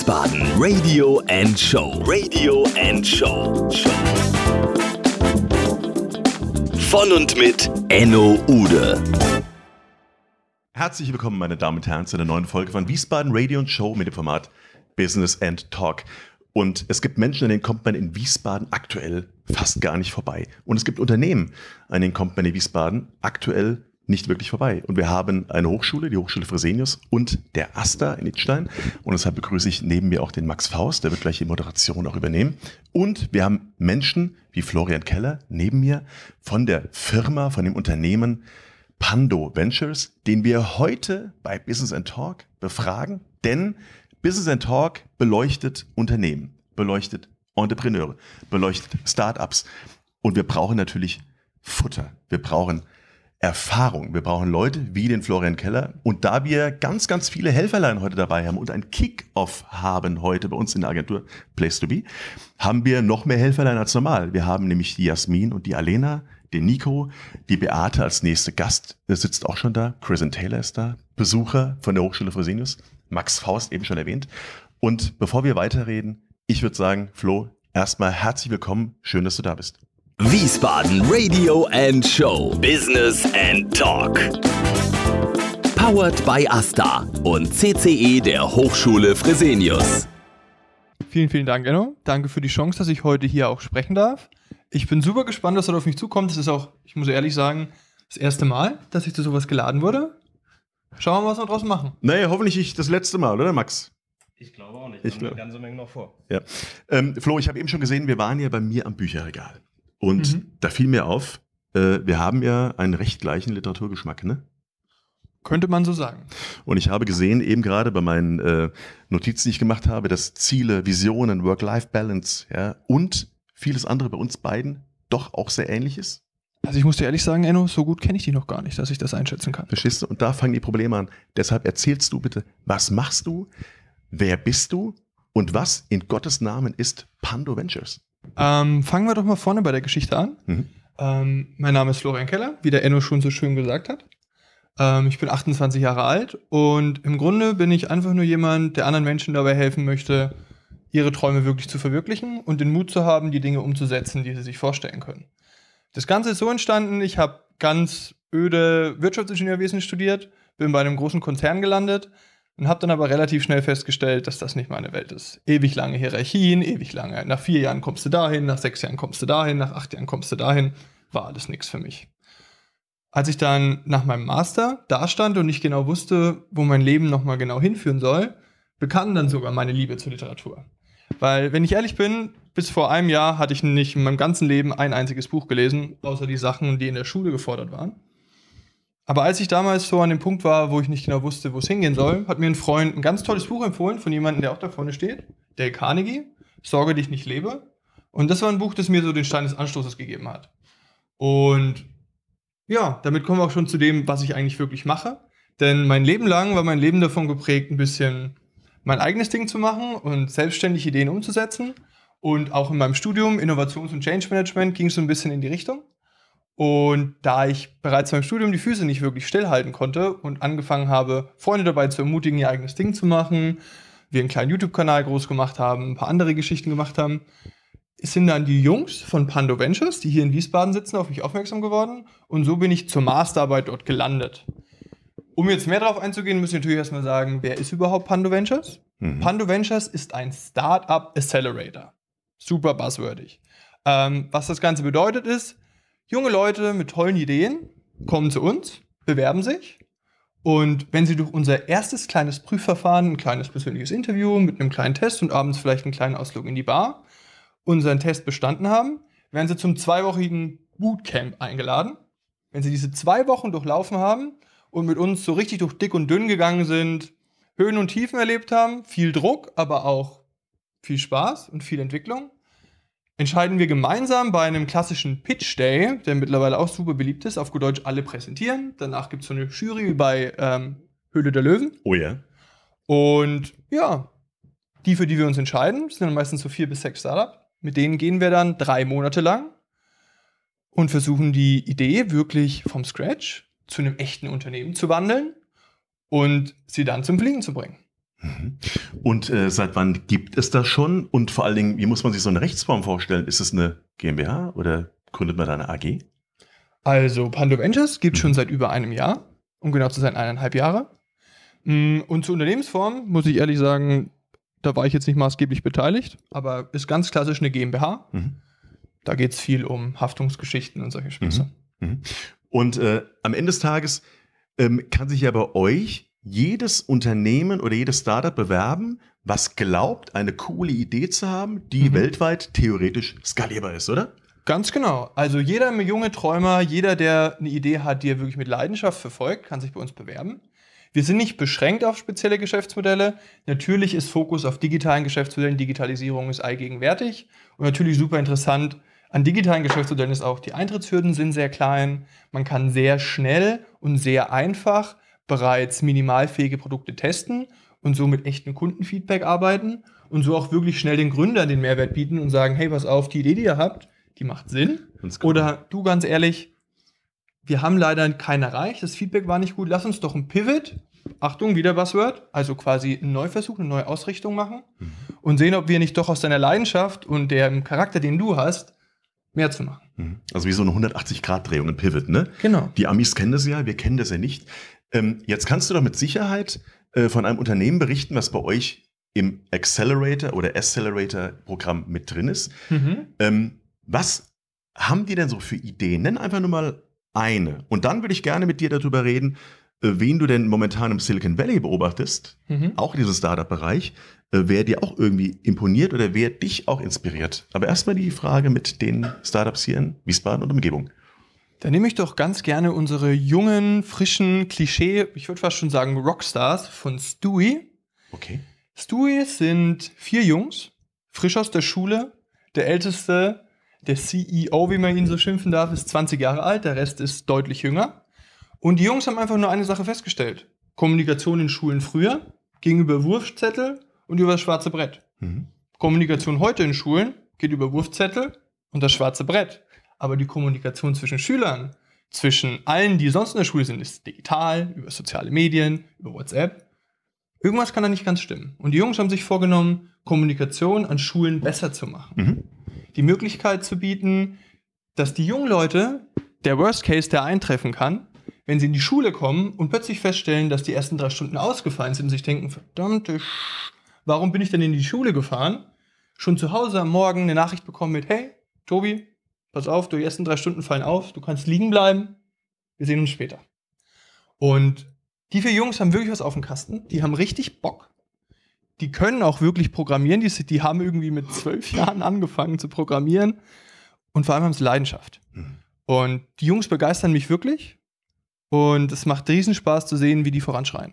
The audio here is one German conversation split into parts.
Wiesbaden Radio and Show. Radio and Show. Von und mit Enno Ude. Herzlich willkommen, meine Damen und Herren, zu einer neuen Folge von Wiesbaden Radio and Show mit dem Format Business and Talk. Und es gibt Menschen, an denen kommt man in Wiesbaden aktuell fast gar nicht vorbei. Und es gibt Unternehmen, an denen kommt man in Wiesbaden aktuell nicht wirklich vorbei. Und wir haben eine Hochschule, die Hochschule Fresenius und der AStA in Idstein. Und deshalb begrüße ich neben mir auch den Max Faust, der wird gleich die Moderation auch übernehmen. Und wir haben Menschen wie Florian Keller neben mir von der Firma, von dem Unternehmen Pando Ventures, den wir heute bei Business and Talk befragen. Denn Business and Talk beleuchtet Unternehmen, beleuchtet Entrepreneure, beleuchtet Startups. Und wir brauchen natürlich Futter. Wir brauchen Erfahrung. Wir brauchen Leute wie den Florian Keller. Und da wir ganz, ganz viele Helferlein heute dabei haben und ein Kick-Off haben heute bei uns in der Agentur Place to Be, haben wir noch mehr Helferlein als normal. Wir haben nämlich die Jasmin und die Alena, den Nico, die Beate als nächste Gast, der sitzt auch schon da. Chris and Taylor ist da, Besucher von der Hochschule Fresenius. Max Faust eben schon erwähnt. Und bevor wir weiterreden, ich würde sagen, Flo, erstmal herzlich willkommen. Schön, dass du da bist. Wiesbaden Radio and Show. Business and Talk. Powered by AStA und CCE der Hochschule Fresenius. Vielen, vielen Dank, Enno. Danke für die Chance, dass ich heute hier auch sprechen darf. Ich bin super gespannt, was da auf mich zukommt. Das ist auch, ich muss ehrlich sagen, das erste Mal, dass ich zu sowas geladen wurde. Schauen wir mal, was wir draus machen. Naja, hoffentlich nicht das letzte Mal, oder Max? Ich glaube auch nicht. Ich haben glaube. eine ganze Menge noch vor. Ja. Flo, ich habe eben schon gesehen, wir waren ja bei mir am Bücherregal. Und da fiel mir auf, wir haben ja einen recht gleichen Literaturgeschmack, ne? Könnte man so sagen. Und ich habe gesehen, eben gerade bei meinen Notizen, die ich gemacht habe, dass Ziele, Visionen, Work-Life-Balance, ja, und vieles andere bei uns beiden doch auch sehr ähnlich ist. Also ich muss dir ehrlich sagen, Enno, so gut kenne ich dich noch gar nicht, dass ich das einschätzen kann. Verstehst du? Und da fangen die Probleme an. Deshalb erzählst du bitte, was machst du, wer bist du und was in Gottes Namen ist Pando Ventures? Fangen wir doch mal vorne bei der Geschichte an. Mein Name ist Florian Keller, wie der Enno schon so schön gesagt hat. Ich bin 28 Jahre alt und im Grunde bin ich einfach nur jemand, der anderen Menschen dabei helfen möchte, ihre Träume wirklich zu verwirklichen und den Mut zu haben, die Dinge umzusetzen, die sie sich vorstellen können. Das Ganze ist so entstanden, ich habe ganz öde Wirtschaftsingenieurwesen studiert, bin bei einem großen Konzern gelandet und habe dann aber relativ schnell festgestellt, dass das nicht meine Welt ist. Ewig lange Hierarchien, ewig lange. Nach 4 Jahren kommst du dahin, nach 6 Jahren kommst du dahin, nach 8 Jahren kommst du dahin. War alles nichts für mich. Als ich dann nach meinem Master da stand und nicht genau wusste, wo mein Leben nochmal genau hinführen soll, bekam dann sogar meine Liebe zur Literatur. Weil, wenn ich ehrlich bin, bis vor einem Jahr hatte ich nicht in meinem ganzen Leben ein einziges Buch gelesen, außer die Sachen, die in der Schule gefordert waren. Aber als ich damals so an dem Punkt war, wo ich nicht genau wusste, wo es hingehen soll, hat mir ein Freund ein ganz tolles Buch empfohlen von jemandem, der auch da vorne steht, Dale Carnegie, Sorge dich nicht lebe. Und das war ein Buch, das mir so den Stein des Anstoßes gegeben hat. Und ja, damit kommen wir auch schon zu dem, was ich eigentlich wirklich mache. Denn mein Leben lang war mein Leben davon geprägt, ein bisschen mein eigenes Ding zu machen und selbstständig Ideen umzusetzen. Und auch in meinem Studium Innovations- und Change Management ging es so ein bisschen in die Richtung. Und da ich bereits beim Studium die Füße nicht wirklich stillhalten konnte und angefangen habe, Freunde dabei zu ermutigen, ihr eigenes Ding zu machen, wir einen kleinen YouTube-Kanal groß gemacht haben, ein paar andere Geschichten gemacht haben, sind dann die Jungs von Pando Ventures, die hier in Wiesbaden sitzen, auf mich aufmerksam geworden. Und so bin ich zur Masterarbeit dort gelandet. Um jetzt mehr darauf einzugehen, müssen wir natürlich erstmal sagen, wer ist überhaupt Pando Ventures? Pando Ventures ist ein Startup Accelerator. Super buzzwordig. Was das Ganze bedeutet ist, junge Leute mit tollen Ideen kommen zu uns, bewerben sich und wenn sie durch unser erstes kleines Prüfverfahren, ein kleines persönliches Interview mit einem kleinen Test und abends vielleicht einen kleinen Ausflug in die Bar, unseren Test bestanden haben, werden sie zum 2-wöchigen Bootcamp eingeladen. Wenn sie diese 2 Wochen durchlaufen haben und mit uns so richtig durch dick und dünn gegangen sind, Höhen und Tiefen erlebt haben, viel Druck, aber auch viel Spaß und viel Entwicklung, entscheiden wir gemeinsam bei einem klassischen Pitch Day, der mittlerweile auch super beliebt ist, auf gut Deutsch alle präsentieren. Danach gibt es so eine Jury wie bei Höhle der Löwen. Oh ja. Und ja, die, für die wir uns entscheiden, sind dann meistens so 4 bis 6 Startups. Mit denen gehen wir dann 3 Monate lang und versuchen die Idee wirklich vom Scratch zu einem echten Unternehmen zu wandeln und sie dann zum Fliegen zu bringen. Und seit wann gibt es das schon? Und vor allen Dingen, wie muss man sich so eine Rechtsform vorstellen? Ist es eine GmbH oder gründet man da eine AG? Also Pando Ventures gibt es schon seit über einem Jahr, um genau zu sein 1,5 Jahre. Und zur Unternehmensform muss ich ehrlich sagen, da war ich jetzt nicht maßgeblich beteiligt, aber ist ganz klassisch eine GmbH. Da geht es viel um Haftungsgeschichten und solche Späße. Und am Ende des Tages kann sich ja bei euch jedes Unternehmen oder jedes Startup bewerben, was glaubt, eine coole Idee zu haben, die weltweit theoretisch skalierbar ist, oder? Ganz genau. Also jeder junge Träumer, jeder, der eine Idee hat, die er wirklich mit Leidenschaft verfolgt, kann sich bei uns bewerben. Wir sind nicht beschränkt auf spezielle Geschäftsmodelle. Natürlich ist Fokus auf digitalen Geschäftsmodellen, Digitalisierung ist allgegenwärtig. Und natürlich super interessant, an digitalen Geschäftsmodellen ist auch, die Eintrittshürden sind sehr klein. Man kann sehr schnell und sehr einfach bereits minimalfähige Produkte testen und so mit echtem Kundenfeedback arbeiten und so auch wirklich schnell den Gründern den Mehrwert bieten und sagen, hey, pass auf, die Idee, die ihr habt, die macht Sinn. Oder du, ganz ehrlich, wir haben leider keinen erreicht, das Feedback war nicht gut, lass uns doch ein Pivot, Achtung, wieder Buzzword, also quasi einen Neuversuch, eine neue Ausrichtung machen und sehen, ob wir nicht doch aus deiner Leidenschaft und dem Charakter, den du hast, mehr zu machen. Also wie so eine 180-Grad-Drehung, ein Pivot, ne? Genau. Die Amis kennen das ja, wir kennen das ja nicht. Jetzt kannst du doch mit Sicherheit von einem Unternehmen berichten, was bei euch im Accelerator oder Accelerator-Programm mit drin ist. Was haben die denn so für Ideen? Nenn einfach nur mal eine. Und dann würde ich gerne mit dir darüber reden, wen du denn momentan im Silicon Valley beobachtest, auch in diesem Startup-Bereich, wer dir auch irgendwie imponiert oder wer dich auch inspiriert. Aber erstmal die Frage mit den Startups hier in Wiesbaden und Umgebung. Da nehme ich doch ganz gerne unsere jungen, frischen, Klischee, ich würde fast schon sagen Rockstars von Stewie. Okay. Stewie sind 4 Jungs, frisch aus der Schule. Der älteste, der CEO, wie man ihn so schimpfen darf, ist 20 Jahre alt, der Rest ist deutlich jünger. Und die Jungs haben einfach nur eine Sache festgestellt. Kommunikation in Schulen früher, gegenüber Wurfzettel und über das schwarze Brett. Kommunikation heute in Schulen geht über Wurfzettel und das schwarze Brett. Aber die Kommunikation zwischen Schülern, zwischen allen, die sonst in der Schule sind, ist digital, über soziale Medien, über WhatsApp. Irgendwas kann da nicht ganz stimmen. Und die Jungs haben sich vorgenommen, Kommunikation an Schulen besser zu machen. Die Möglichkeit zu bieten, dass die jungen Leute, der Worst Case, der eintreffen kann, wenn sie in die Schule kommen und plötzlich feststellen, dass die ersten 3 Stunden ausgefallen sind und sich denken, verdammte warum bin ich denn in die Schule gefahren? Schon zu Hause am Morgen eine Nachricht bekommen mit, hey, Tobi, pass auf, die ersten 3 Stunden fallen auf, du kannst liegen bleiben, wir sehen uns später. Und die 4 Jungs haben wirklich was auf dem Kasten, die haben richtig Bock, die können auch wirklich programmieren, die haben irgendwie mit 12 Jahren angefangen zu programmieren und vor allem haben sie Leidenschaft. Und die Jungs begeistern mich wirklich und es macht riesen Spaß zu sehen, wie die voranschreien.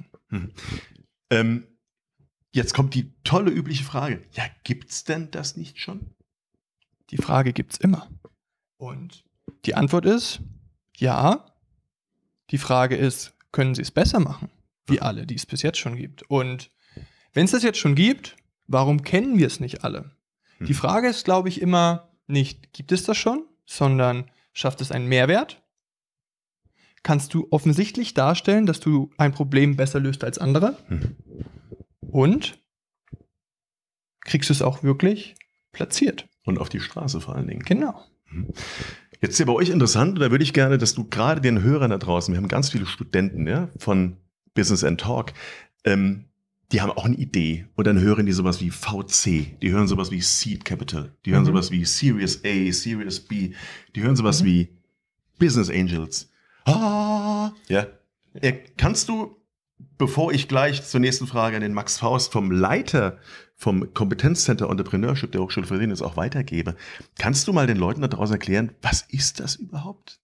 Jetzt kommt die tolle übliche Frage, ja, gibt's denn das nicht schon? Die Frage gibt's immer. Und die Antwort ist, ja. Die Frage ist, können sie es besser machen? Wie alle, die es bis jetzt schon gibt. Und wenn es das jetzt schon gibt, warum kennen wir es nicht alle? Die Frage ist, glaube ich, immer nicht, gibt es das schon, sondern schafft es einen Mehrwert? Kannst du offensichtlich darstellen, dass du ein Problem besser löst als andere? Und kriegst du es auch wirklich platziert? Und auf die Straße vor allen Dingen. Genau. Jetzt ist ja bei euch interessant, und da würde ich gerne, dass du gerade den Hörern da draußen, wir haben ganz viele Studenten, ja, von Business and Talk, die haben auch eine Idee und dann hören die sowas wie VC, die hören sowas wie Seed Capital, die hören sowas wie Series A, Series B, die hören sowas wie Business Angels. Ja. Kannst du, bevor ich gleich zur nächsten Frage an den Max Faust vom Leiter vom Kompetenzcenter Entrepreneurship der Hochschule für Fresenius auch weitergebe, kannst du mal den Leuten da draußen erklären, was ist das überhaupt?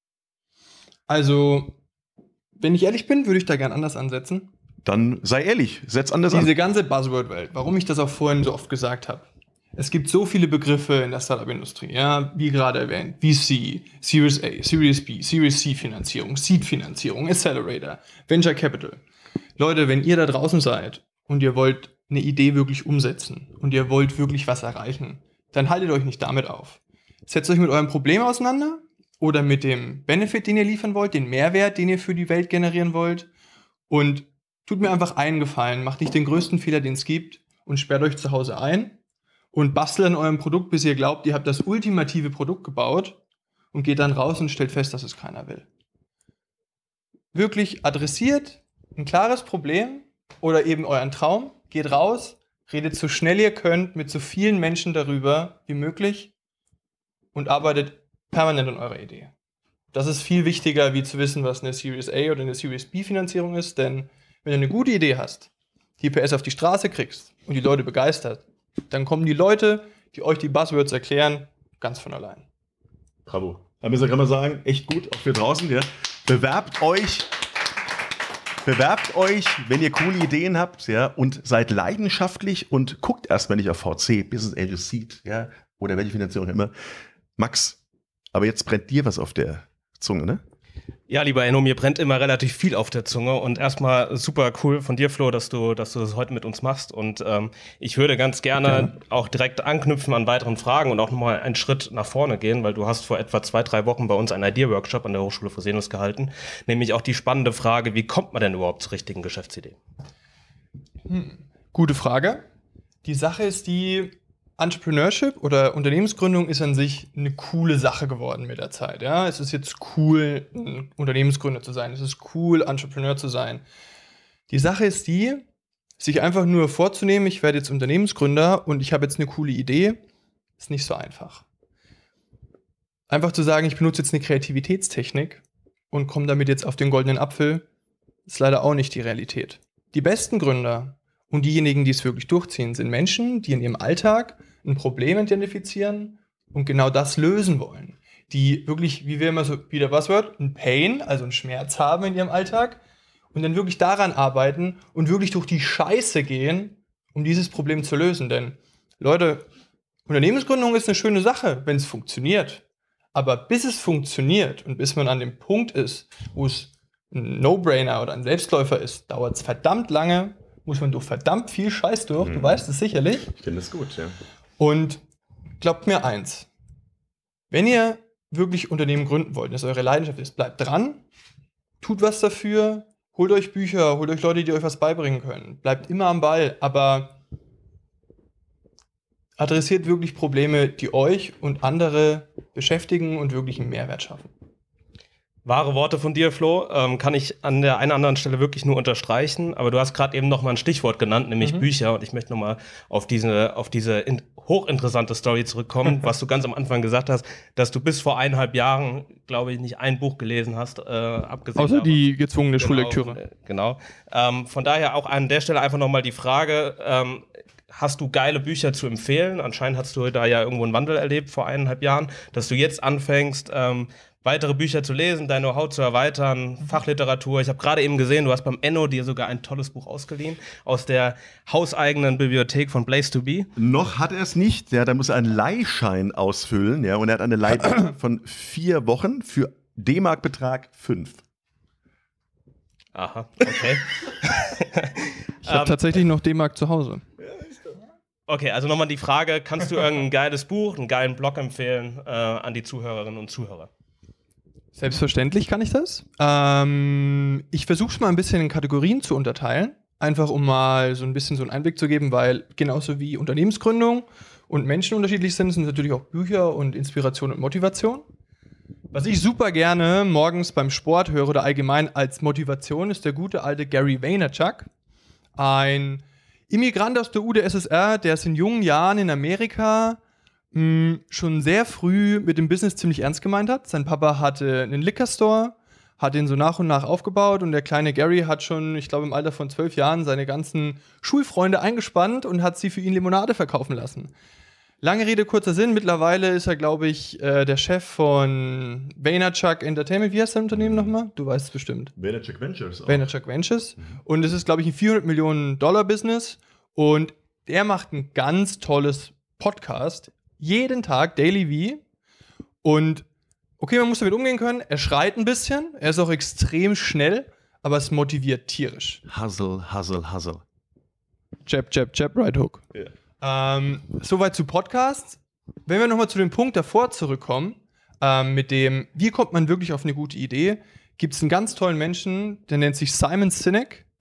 Also, wenn ich ehrlich bin, würde ich da gern anders ansetzen. Dann sei ehrlich, setz anders an. Diese ganze Buzzword-Welt, warum ich das auch vorhin so oft gesagt habe. Es gibt so viele Begriffe in der Startup-Industrie, ja, wie gerade erwähnt, VC, Series A, Series B, Series C Finanzierung, Seed Finanzierung, Accelerator, Venture Capital. Leute, wenn ihr da draußen seid und ihr wollt eine Idee wirklich umsetzen und ihr wollt wirklich was erreichen, dann haltet euch nicht damit auf. Setzt euch mit eurem Problem auseinander oder mit dem Benefit, den ihr liefern wollt, den Mehrwert, den ihr für die Welt generieren wollt und tut mir einfach einen Gefallen, macht nicht den größten Fehler, den es gibt und sperrt euch zu Hause ein und bastelt an eurem Produkt, bis ihr glaubt, ihr habt das ultimative Produkt gebaut und geht dann raus und stellt fest, dass es keiner will. Wirklich adressiert ein klares Problem oder eben euren Traum, geht raus, redet so schnell ihr könnt mit so vielen Menschen darüber wie möglich und arbeitet permanent an eurer Idee. Das ist viel wichtiger, wie zu wissen, was eine Series A oder eine Series B Finanzierung ist, denn wenn du eine gute Idee hast, die PS auf die Straße kriegst und die Leute begeistert, dann kommen die Leute, die euch die Buzzwords erklären, ganz von allein. Bravo. Da müssen wir gerade mal sagen, echt gut, auch für draußen. Ja. Bewerbt euch, wenn ihr coole Ideen habt, ja, und seid leidenschaftlich und guckt erstmal nicht auf VC, Business Angel Seed, ja, oder welche Finanzierung immer. Max, aber jetzt brennt dir was auf der Zunge, ne? Ja, lieber Enno, mir brennt immer relativ viel auf der Zunge und erstmal super cool von dir, Flo, dass du das heute mit uns machst und ich würde ganz gerne auch direkt anknüpfen an weiteren Fragen und auch nochmal einen Schritt nach vorne gehen, weil du hast vor etwa 2-3 Wochen bei uns einen Idea-Workshop an der Hochschule Fresenius gehalten, nämlich auch die spannende Frage, wie kommt man denn überhaupt zur richtigen Geschäftsidee? Gute Frage. Die Sache ist die, Entrepreneurship oder Unternehmensgründung ist an sich eine coole Sache geworden mit der Zeit. Ja? Es ist jetzt cool, ein Unternehmensgründer zu sein. Es ist cool, Entrepreneur zu sein. Die Sache ist die, sich einfach nur vorzunehmen, ich werde jetzt Unternehmensgründer und ich habe jetzt eine coole Idee, ist nicht so einfach. Einfach zu sagen, ich benutze jetzt eine Kreativitätstechnik und komme damit jetzt auf den goldenen Apfel, ist leider auch nicht die Realität. Die besten Gründer und diejenigen, die es wirklich durchziehen, sind Menschen, die in ihrem Alltag ein Problem identifizieren und genau das lösen wollen. Die wirklich, wie wir immer so wieder Buzzword, ein Pain, also einen Schmerz haben in ihrem Alltag und dann wirklich daran arbeiten und wirklich durch die Scheiße gehen, um dieses Problem zu lösen. Denn, Leute, Unternehmensgründung ist eine schöne Sache, wenn es funktioniert. Aber bis es funktioniert und bis man an dem Punkt ist, wo es ein No-Brainer oder ein Selbstläufer ist, dauert es verdammt lange, muss man durch verdammt viel Scheiß durch, du weißt es sicherlich. Ich kenne das gut, ja. Und glaubt mir eins, wenn ihr wirklich Unternehmen gründen wollt, das eure Leidenschaft ist, bleibt dran, tut was dafür, holt euch Bücher, holt euch Leute, die euch was beibringen können, bleibt immer am Ball, aber adressiert wirklich Probleme, die euch und andere beschäftigen und wirklich einen Mehrwert schaffen. Wahre Worte von dir, Flo, kann ich an der einen oder anderen Stelle wirklich nur unterstreichen, aber du hast gerade eben noch mal ein Stichwort genannt, nämlich Bücher, und ich möchte noch mal auf diese hochinteressante Story zurückkommen, was du ganz am Anfang gesagt hast, dass du bis vor 1,5 Jahren, glaube ich, nicht ein Buch gelesen hast, abgesehen außer davon, die gezwungene Schullektüre. Genau. Von daher auch an der Stelle einfach noch mal die Frage, hast du geile Bücher zu empfehlen? Anscheinend hast du da ja irgendwo einen Wandel erlebt vor 1,5 Jahren, dass du jetzt anfängst, weitere Bücher zu lesen, dein Know-how zu erweitern, Fachliteratur. Ich habe gerade eben gesehen, du hast beim Enno dir sogar ein tolles Buch ausgeliehen aus der hauseigenen Bibliothek von Place to Be. Noch hat er es nicht, ja, da muss er einen Leihschein ausfüllen, ja, und er hat eine Leihdauer von 4 Wochen für D-Mark-Betrag 5. Aha, okay. Ich habe tatsächlich noch D-Mark zu Hause. Okay, also nochmal die Frage, kannst du irgendein geiles Buch, einen geilen Blog empfehlen an die Zuhörerinnen und Zuhörer? Selbstverständlich kann ich das. Ich versuche es mal ein bisschen in Kategorien zu unterteilen, einfach um mal so ein bisschen so einen Einblick zu geben, weil genauso wie Unternehmensgründung und Menschen unterschiedlich sind natürlich auch Bücher und Inspiration und Motivation. Was ich super gerne morgens beim Sport höre oder allgemein als Motivation ist der gute alte Gary Vaynerchuk, ein Immigrant aus der UdSSR, der es in jungen Jahren in Amerika schon sehr früh mit dem Business ziemlich ernst gemeint hat. Sein Papa hatte einen Liquor-Store, hat den so nach und nach aufgebaut und der kleine Gary hat schon, ich glaube im Alter von 12 Jahren, seine ganzen Schulfreunde eingespannt und hat sie für ihn Limonade verkaufen lassen. Lange Rede, kurzer Sinn, mittlerweile ist er, glaube ich, der Chef von Vaynerchuk Entertainment. Wie heißt sein Unternehmen nochmal? Du weißt es bestimmt. Vaynerchuk Ventures. Auch. Vaynerchuk Ventures. Und es ist, glaube ich, ein $400 Millionen Business und der macht ein ganz tolles Podcast. Jeden Tag, Daily V. Und okay, man muss damit umgehen können. Er schreit ein bisschen. Er ist auch extrem schnell, aber es motiviert tierisch. Hustle, hustle, hustle. Jab, jab, jab, right hook. Yeah. Soweit zu Podcasts. Wenn wir nochmal zu dem Punkt davor zurückkommen, mit dem, wie kommt man wirklich auf eine gute Idee, gibt es einen ganz tollen Menschen, der nennt sich Simon Sinek.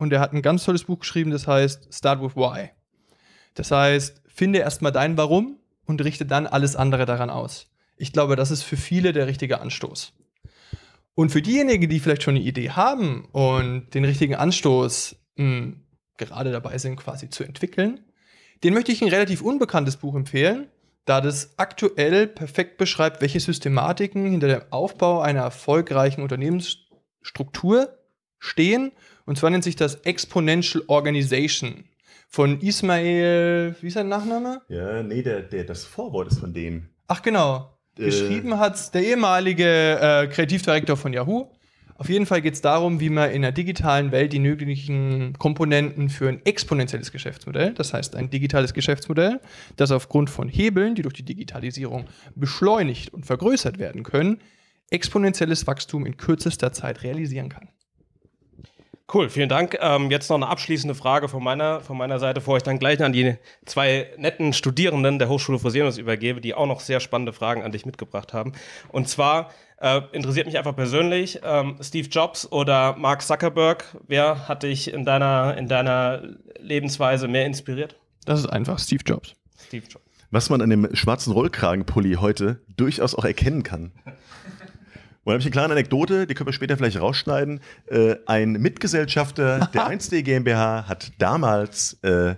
und er hat ein ganz tolles Buch geschrieben, das heißt Start with Why. Das heißt, finde erstmal dein Warum und richte dann alles andere daran aus. Ich glaube, das ist für viele der richtige Anstoß. Und für diejenigen, die vielleicht schon eine Idee haben und den richtigen Anstoß gerade dabei sind, quasi zu entwickeln, den möchte ich ein relativ unbekanntes Buch empfehlen, da das aktuell perfekt beschreibt, welche Systematiken hinter dem Aufbau einer erfolgreichen Unternehmensstruktur stehen. Und zwar nennt sich das Exponential Organization von Ismail, wie ist sein Nachname? Ja, nee, das Vorwort ist von dem. Ach genau, geschrieben hat es der ehemalige Kreativdirektor von Yahoo. Auf jeden Fall geht es darum, wie man in der digitalen Welt die nötigen Komponenten für ein exponentielles Geschäftsmodell, das heißt ein digitales Geschäftsmodell, das aufgrund von Hebeln, die durch die Digitalisierung beschleunigt und vergrößert werden können, exponentielles Wachstum in kürzester Zeit realisieren kann. Cool, vielen Dank. Jetzt noch eine abschließende Frage von meiner Seite, bevor ich dann gleich an die zwei netten Studierenden der Hochschule Fresenius übergebe, die auch noch sehr spannende Fragen an dich mitgebracht haben. Und zwar interessiert mich einfach persönlich, Steve Jobs oder Mark Zuckerberg, wer hat dich in deiner Lebensweise mehr inspiriert? Das ist einfach Steve Jobs. Steve Jobs. Was man an dem schwarzen Rollkragenpulli heute durchaus auch erkennen kann. Und da habe ich eine kleine Anekdote, die können wir später vielleicht rausschneiden. Ein Mitgesellschafter der 1D GmbH hat damals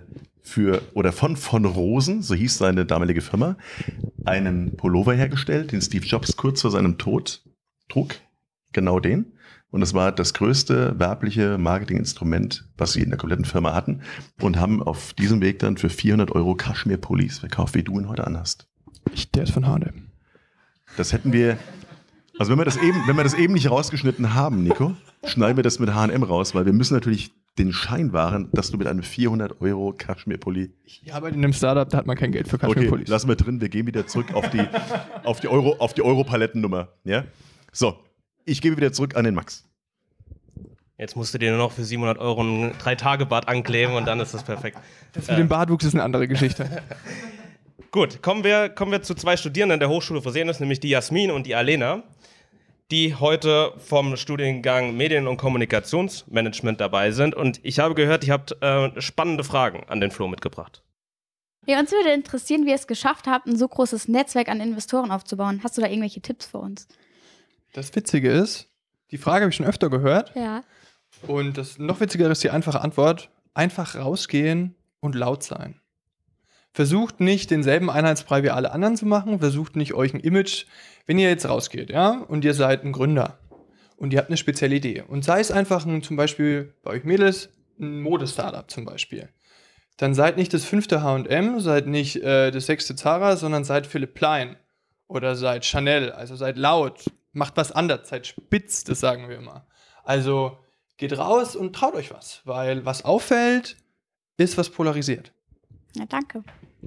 von Rosen, so hieß seine damalige Firma, einen Pullover hergestellt, den Steve Jobs kurz vor seinem Tod trug. Genau den. Und es war das größte werbliche Marketinginstrument, was sie in der kompletten Firma hatten. Und haben auf diesem Weg dann für 400 € Kaschmir-Pullis verkauft, wie du ihn heute anhast. Der ist von H&M. Das hätten wir... Also wenn wir das eben nicht rausgeschnitten haben, Nico, schneiden wir das mit H&M raus, weil wir müssen natürlich den Schein wahren, dass du mit einem 400 € Kaschmir-Pulli... Ich arbeite in einem Startup, da hat man kein Geld für Kaschmir-Pullis. Okay, lassen wir drin, wir gehen wieder zurück auf die Euro-Palettennummer. Ja? So, ich gebe wieder zurück an den Max. Jetzt musst du dir nur noch für 700 € ein 3-Tage-Bad ankleben und dann ist das perfekt. Das mit dem Bartwuchs ist eine andere Geschichte. Gut, kommen wir zu zwei Studierenden der Hochschule Fresenius, nämlich die Jasmin und die Alena, die heute vom Studiengang Medien- und Kommunikationsmanagement dabei sind. Und ich habe gehört, ihr habt spannende Fragen an den Flo mitgebracht. Ja, uns würde interessieren, wie ihr es geschafft habt, ein so großes Netzwerk an Investoren aufzubauen. Hast du da irgendwelche Tipps für uns? Das Witzige ist, die Frage habe ich schon öfter gehört. Ja. Und das noch witzigere ist die einfache Antwort. Einfach rausgehen und laut sein. Versucht nicht, denselben Einheitsbrei wie alle anderen zu machen. Versucht nicht, euch ein Image, wenn ihr jetzt rausgeht, ja, und ihr seid ein Gründer und ihr habt eine spezielle Idee. Und sei es einfach zum Beispiel bei euch Mädels ein Modestartup zum Beispiel. Dann seid nicht das 5. H&M, seid nicht das 6. Zara, sondern seid Philipp Plein oder seid Chanel. Also seid laut, macht was anderes, seid spitz, das sagen wir immer. Also geht raus und traut euch was, weil was auffällt, ist was polarisiert. Ja, danke.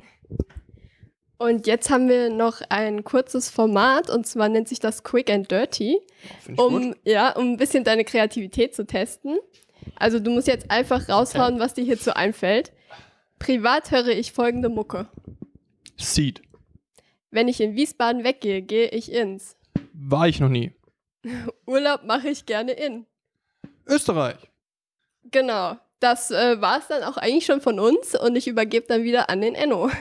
Und jetzt haben wir noch ein kurzes Format, und zwar nennt sich das Quick and Dirty, um ein bisschen deine Kreativität zu testen. Also du musst jetzt einfach raushauen, was dir hierzu einfällt. Privat höre ich folgende Mucke. Seed. Wenn ich in Wiesbaden weggehe, gehe ich ins. War ich noch nie. Urlaub mache ich gerne in. Österreich. Genau. Das war es dann auch eigentlich schon von uns, und ich übergebe dann wieder an den Enno.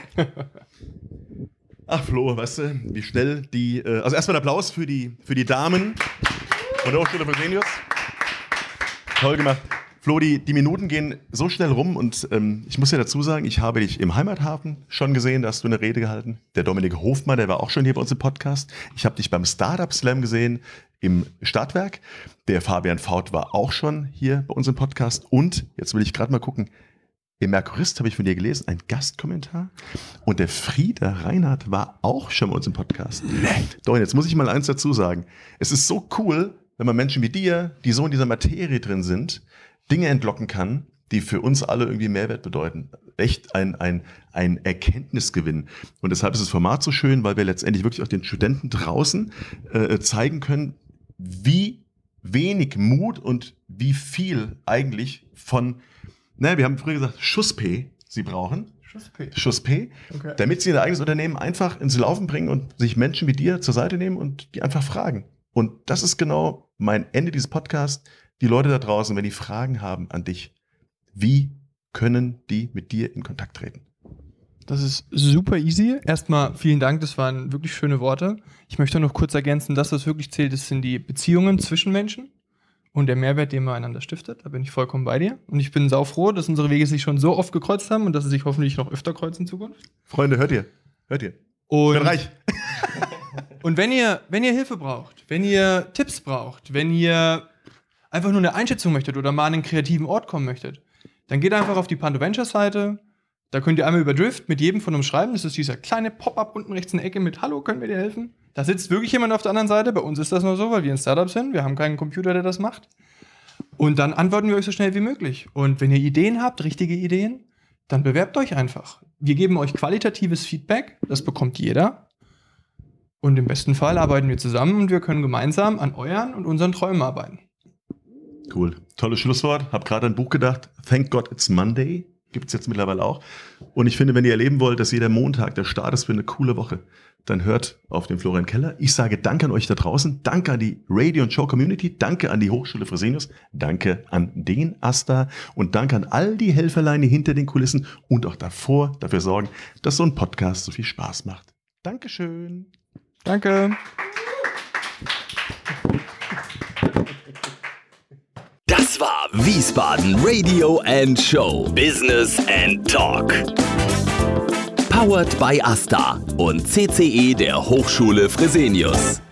Ach Flo, weißt du, wie schnell die... also erstmal ein Applaus für die Damen von der Hochschule Fresenius. Toll gemacht. Flo, die Minuten gehen so schnell rum, und ich muss ja dazu sagen, ich habe dich im Heimathafen schon gesehen, da hast du eine Rede gehalten. Der Dominik Hofmann, der war auch schon hier bei uns im Podcast. Ich habe dich beim Startup Slam gesehen im Stadtwerk. Der Fabian Faut war auch schon hier bei uns im Podcast. Und, jetzt will ich gerade mal gucken, im Merkurist habe ich von dir gelesen, ein Gastkommentar. Und der Frieder Reinhardt war auch schon bei uns im Podcast. Doch, jetzt muss ich mal eins dazu sagen. Es ist so cool, wenn man Menschen wie dir, die so in dieser Materie drin sind, Dinge entlocken kann, die für uns alle irgendwie Mehrwert bedeuten. Echt ein Erkenntnisgewinn. Und deshalb ist das Format so schön, weil wir letztendlich wirklich auch den Studenten draußen zeigen können, wie wenig Mut und wie viel eigentlich von... wir haben früher gesagt, Schuss-P sie brauchen. Schuss-P. Okay. Damit sie ihr eigenes Unternehmen einfach ins Laufen bringen und sich Menschen wie dir zur Seite nehmen und die einfach fragen. Und das ist genau mein Ende dieses Podcasts. Die Leute da draußen, wenn die Fragen haben an dich, Wie können die mit dir in Kontakt treten? Das ist super easy. Erstmal vielen Dank, das waren wirklich schöne Worte. Ich möchte noch kurz ergänzen, das, was wirklich zählt, das sind die Beziehungen zwischen Menschen und der Mehrwert, den man einander stiftet. Da bin ich vollkommen bei dir. Und ich bin saufroh, dass unsere Wege sich schon so oft gekreuzt haben und dass sie sich hoffentlich noch öfter kreuzen in Zukunft. Freunde, hört ihr? Und, ich bin reich. Und wenn ihr Hilfe braucht, wenn ihr Tipps braucht, wenn ihr einfach nur eine Einschätzung möchtet oder mal an einen kreativen Ort kommen möchtet, dann geht einfach auf die Panto Ventures Seite. Da könnt ihr einmal über Drift mit jedem von uns schreiben. Das ist dieser kleine Pop-up unten rechts in der Ecke mit Hallo, können wir dir helfen? Da sitzt wirklich jemand auf der anderen Seite. Bei uns ist das nur so, weil wir ein Startup sind. Wir haben keinen Computer, der das macht. Und dann antworten wir euch so schnell wie möglich. Und wenn ihr Ideen habt, richtige Ideen, dann bewerbt euch einfach. Wir geben euch qualitatives Feedback. Das bekommt jeder. Und im besten Fall arbeiten wir zusammen und wir können gemeinsam an euren und unseren Träumen arbeiten. Cool. Tolles Schlusswort. Hab gerade an ein Buch gedacht. Thank God It's Monday. Gibt es jetzt mittlerweile auch. Und ich finde, wenn ihr erleben wollt, dass jeder Montag der Start ist für eine coole Woche, dann hört auf den Florian Keller. Ich sage danke an euch da draußen. Danke an die Radio & Show Community. Danke an die Hochschule Fresenius. Danke an den Asta. Und danke an all die Helferlein, die hinter den Kulissen und auch davor dafür sorgen, dass so ein Podcast so viel Spaß macht. Dankeschön. Danke. Das war Wiesbaden Radio & Show. Business and Talk. Powered by Asta und CCE der Hochschule Fresenius.